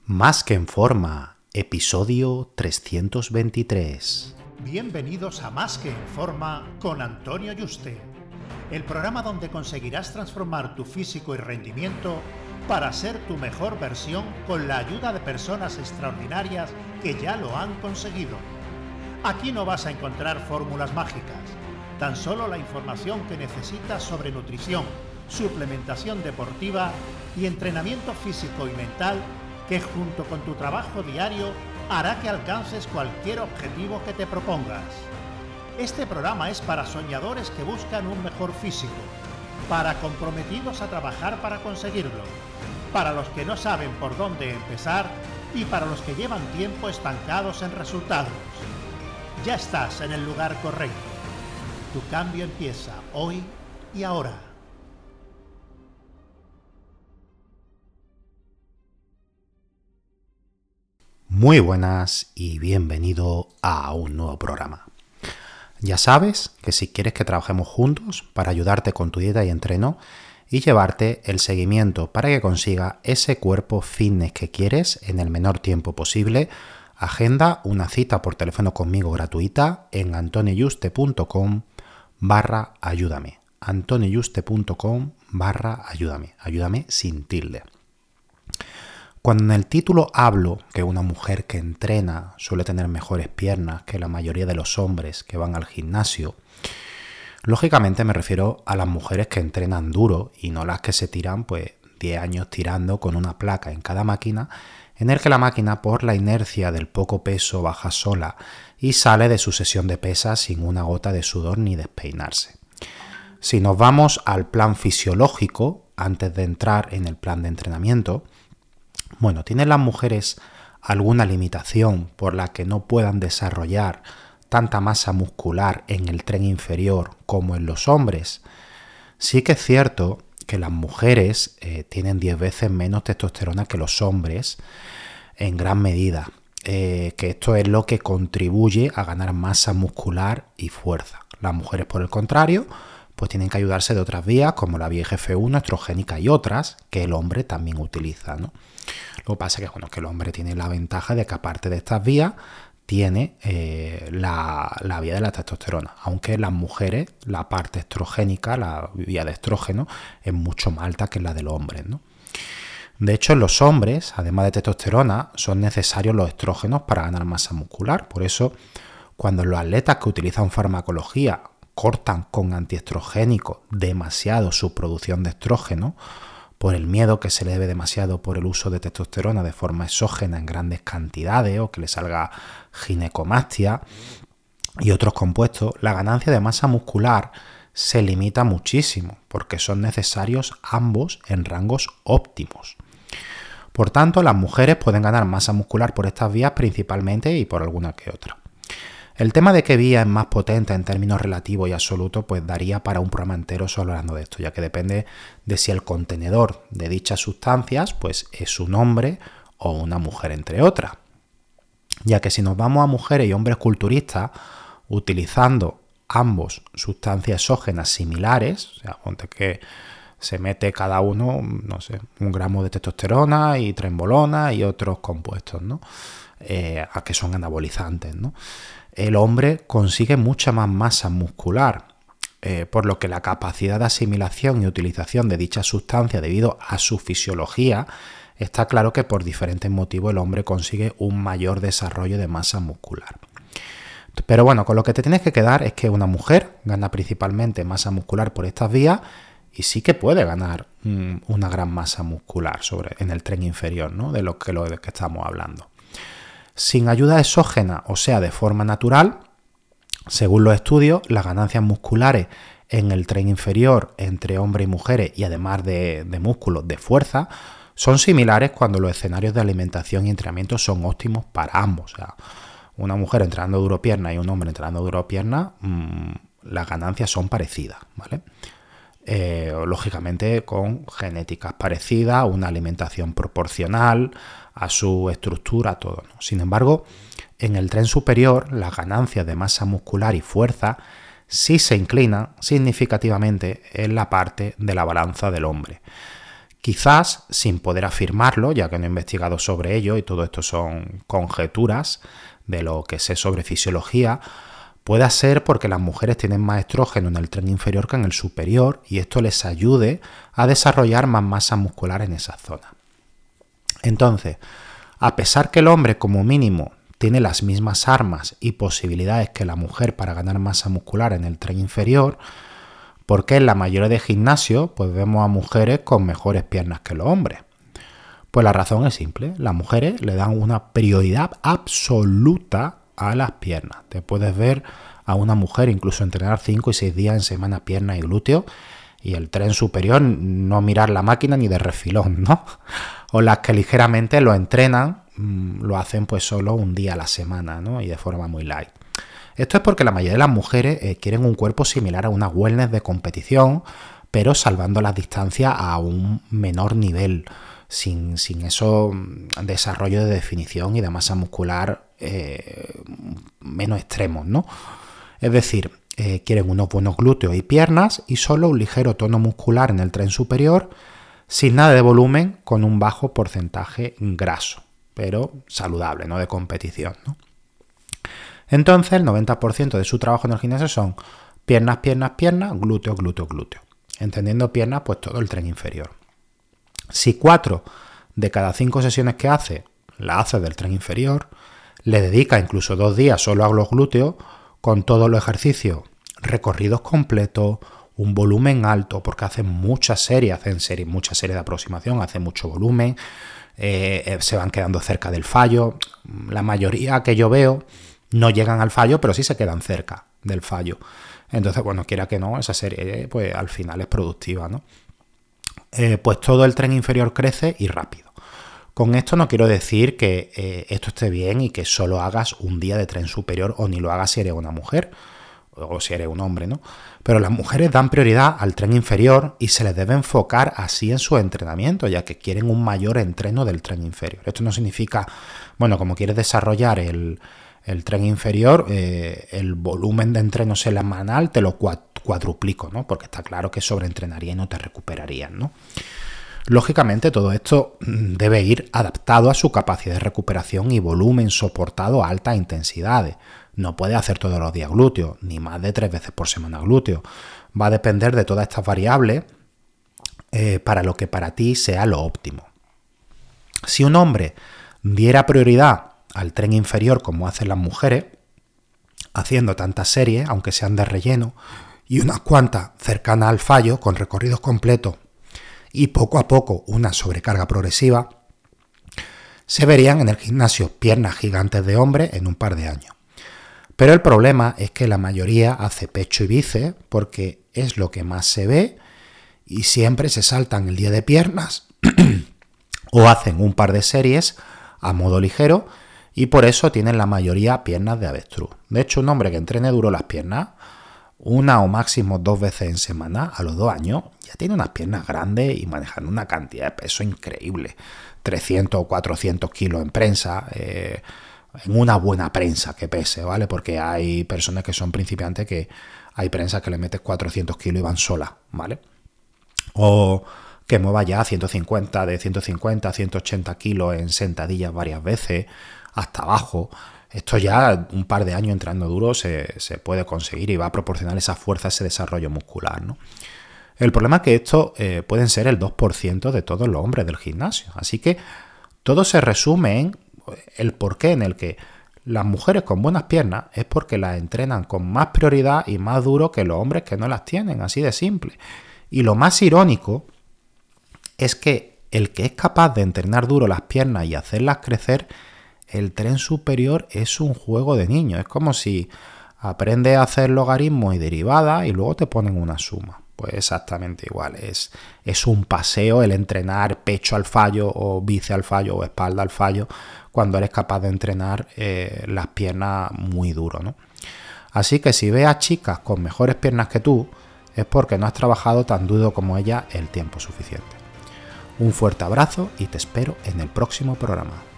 Más que en forma, episodio 323. Bienvenidos a Más que en forma con Antonio Yuste, el programa donde conseguirás transformar tu físico y rendimiento para ser tu mejor versión con la ayuda de personas extraordinarias que ya lo han conseguido. Aquí no vas a encontrar fórmulas mágicas, tan solo la información que necesitas sobre nutrición, suplementación deportiva y entrenamiento físico y mental que junto con tu trabajo diario hará que alcances cualquier objetivo que te propongas. Este programa es para soñadores que buscan un mejor físico, para comprometidos a trabajar para conseguirlo, para los que no saben por dónde empezar y para los que llevan tiempo estancados en resultados. Ya estás en el lugar correcto. Tu cambio empieza hoy y ahora. Muy buenas y bienvenido a un nuevo programa. Ya sabes que si quieres que trabajemos juntos para ayudarte con tu dieta y entreno y llevarte el seguimiento para que consiga ese cuerpo fitness que quieres en el menor tiempo posible, agenda una cita por teléfono conmigo gratuita en antonieyuste.com/ayúdame. antonieyuste.com/ayúdame. Ayúdame sin tilde. Cuando en el título hablo que una mujer que entrena suele tener mejores piernas que la mayoría de los hombres que van al gimnasio, lógicamente me refiero a las mujeres que entrenan duro y no las que se tiran 10 años tirando con una placa en cada máquina, en el que la máquina por la inercia del poco peso baja sola y sale de su sesión de pesas sin una gota de sudor ni despeinarse. Si nos vamos al plan fisiológico, antes de entrar en el plan de entrenamiento, ¿tienen las mujeres alguna limitación por la que no puedan desarrollar tanta masa muscular en el tren inferior como en los hombres? Sí que es cierto que las mujeres tienen 10 veces menos testosterona que los hombres en gran medida, que esto es lo que contribuye a ganar masa muscular y fuerza. Las mujeres, por el contrario, tienen que ayudarse de otras vías como la vía IGF-1, estrogénica y otras que el hombre también utiliza, ¿no? Lo que pasa es que el hombre tiene la ventaja de que aparte de estas vías tiene la vía de la testosterona, aunque en las mujeres la parte estrogénica, la vía de estrógeno, es mucho más alta que la de los hombres, ¿no? De hecho, en los hombres, además de testosterona, son necesarios los estrógenos para ganar masa muscular. Por eso, cuando los atletas que utilizan farmacología cortan con antiestrogénicos demasiado su producción de estrógeno, por el miedo que se le debe demasiado por el uso de testosterona de forma exógena en grandes cantidades o que le salga ginecomastia y otros compuestos, la ganancia de masa muscular se limita muchísimo porque son necesarios ambos en rangos óptimos. Por tanto, las mujeres pueden ganar masa muscular por estas vías principalmente y por alguna que otra. El tema de qué vía es más potente en términos relativos y absolutos, daría para un programa entero solo hablando de esto, ya que depende de si el contenedor de dichas sustancias es un hombre o una mujer, entre otras. Ya que si nos vamos a mujeres y hombres culturistas, utilizando ambos sustancias exógenas similares, o sea, ponte que se mete cada uno, 1 gramo de testosterona y trenbolona y otros compuestos, ¿no? Que son anabolizantes, ¿no? El hombre consigue mucha más masa muscular, por lo que la capacidad de asimilación y utilización de dicha sustancia debido a su fisiología, está claro que por diferentes motivos el hombre consigue un mayor desarrollo de masa muscular. Pero con lo que te tienes que quedar es que una mujer gana principalmente masa muscular por estas vías y sí que puede ganar una gran masa muscular en el tren inferior, ¿no? de lo que estamos hablando. Sin ayuda exógena, o sea, de forma natural, según los estudios, las ganancias musculares en el tren inferior entre hombres y mujeres y además de músculos de fuerza son similares cuando los escenarios de alimentación y entrenamiento son óptimos para ambos. O sea, una mujer entrenando duro pierna y un hombre entrenando duro pierna, las ganancias son parecidas, ¿vale? Lógicamente con genéticas parecidas, una alimentación proporcional a su estructura, todo, ¿no? Sin embargo, en el tren superior, las ganancias de masa muscular y fuerza sí se inclinan significativamente en la parte de la balanza del hombre, Quizás, sin poder afirmarlo, ya que no he investigado sobre ello y todo esto son conjeturas de lo que sé sobre fisiología, pueda ser porque las mujeres tienen más estrógeno en el tren inferior que en el superior y esto les ayude a desarrollar más masa muscular en esa zona. Entonces, a pesar que el hombre como mínimo tiene las mismas armas y posibilidades que la mujer para ganar masa muscular en el tren inferior, ¿por qué en la mayoría de gimnasios pues vemos a mujeres con mejores piernas que los hombres? Pues la razón es simple, las mujeres le dan una prioridad absoluta a las piernas. Te puedes ver a una mujer incluso entrenar 5 y 6 días en semana piernas y glúteos y el tren superior no mirar la máquina ni de refilón, ¿no? O las que ligeramente lo entrenan, lo hacen pues solo un día a la semana, ¿no? Y de forma muy light. Esto es porque la mayoría de las mujeres quieren un cuerpo similar a una wellness de competición, pero salvando las distancias a un menor nivel, sin eso desarrollo de definición y de masa muscular menos extremos, ¿no? Es decir, quieren unos buenos glúteos y piernas y solo un ligero tono muscular en el tren superior, sin nada de volumen, con un bajo porcentaje graso, pero saludable, no de competición, ¿no? Entonces el 90% de su trabajo en el gimnasio son piernas, piernas, piernas, glúteo, glúteo, glúteo. Entendiendo piernas, pues todo el tren inferior. Si 4 de cada 5 sesiones que hace, la hace del tren inferior, le dedica incluso 2 días solo a los glúteos, con todos los ejercicios, recorridos completos, un volumen alto, porque hacen muchas series de aproximación, hacen mucho volumen, se van quedando cerca del fallo. La mayoría que yo veo no llegan al fallo, pero sí se quedan cerca del fallo. Entonces, bueno, quiera que no, esa serie pues al final es productiva, ¿no? Pues todo el tren inferior crece y rápido. Con esto no quiero decir que esto esté bien y que solo hagas un día de tren superior o ni lo hagas si eres una mujer o si eres un hombre, ¿no? Pero las mujeres dan prioridad al tren inferior y se les debe enfocar así en su entrenamiento, ya que quieren un mayor entreno del tren inferior. Esto no significa, bueno, como quieres desarrollar el tren inferior, el volumen de entreno semanal te lo cuadruplico, ¿no? Porque está claro que sobreentrenaría y no te recuperarías, ¿no? Lógicamente todo esto debe ir adaptado a su capacidad de recuperación y volumen soportado a altas intensidades. No puede hacer todos los días glúteos, ni más de 3 veces por semana glúteos. Va a depender de todas estas variables para lo que para ti sea lo óptimo. Si un hombre diera prioridad al tren inferior como hacen las mujeres, haciendo tantas series, aunque sean de relleno, y unas cuantas cercanas al fallo, con recorridos completos, y poco a poco una sobrecarga progresiva, se verían en el gimnasio piernas gigantes de hombre en un par de años. Pero el problema es que la mayoría hace pecho y bíceps porque es lo que más se ve y siempre se saltan el día de piernas o hacen un par de series a modo ligero y por eso tienen la mayoría piernas de avestruz. De hecho, un hombre que entrene duro las piernas, 1 o máximo 2 veces en semana, a los 2 años, ya tiene unas piernas grandes y manejando una cantidad de peso increíble. 300 o 400 kilos en prensa, en una buena prensa que pese, ¿vale? Porque hay personas que son principiantes que hay prensas que le metes 400 kilos y van solas, ¿vale? O que mueva ya de 150 a 180 kilos en sentadillas varias veces, hasta abajo. Esto ya un par de años entrando duro se puede conseguir y va a proporcionar esa fuerza, ese desarrollo muscular, ¿no? El problema es que esto pueden ser el 2% de todos los hombres del gimnasio. Así que todo se resume en el porqué en el que las mujeres con buenas piernas es porque las entrenan con más prioridad y más duro que los hombres que no las tienen, así de simple. Y lo más irónico es que el que es capaz de entrenar duro las piernas y hacerlas crecer, el tren superior es un juego de niños. Es como si aprendes a hacer logaritmos y derivadas y luego te ponen una suma. Pues exactamente igual. Es un paseo el entrenar pecho al fallo o bíceps al fallo o espalda al fallo cuando eres capaz de entrenar las piernas muy duro, ¿no? Así que si ves a chicas con mejores piernas que tú, es porque no has trabajado tan duro como ellas el tiempo suficiente. Un fuerte abrazo y te espero en el próximo programa.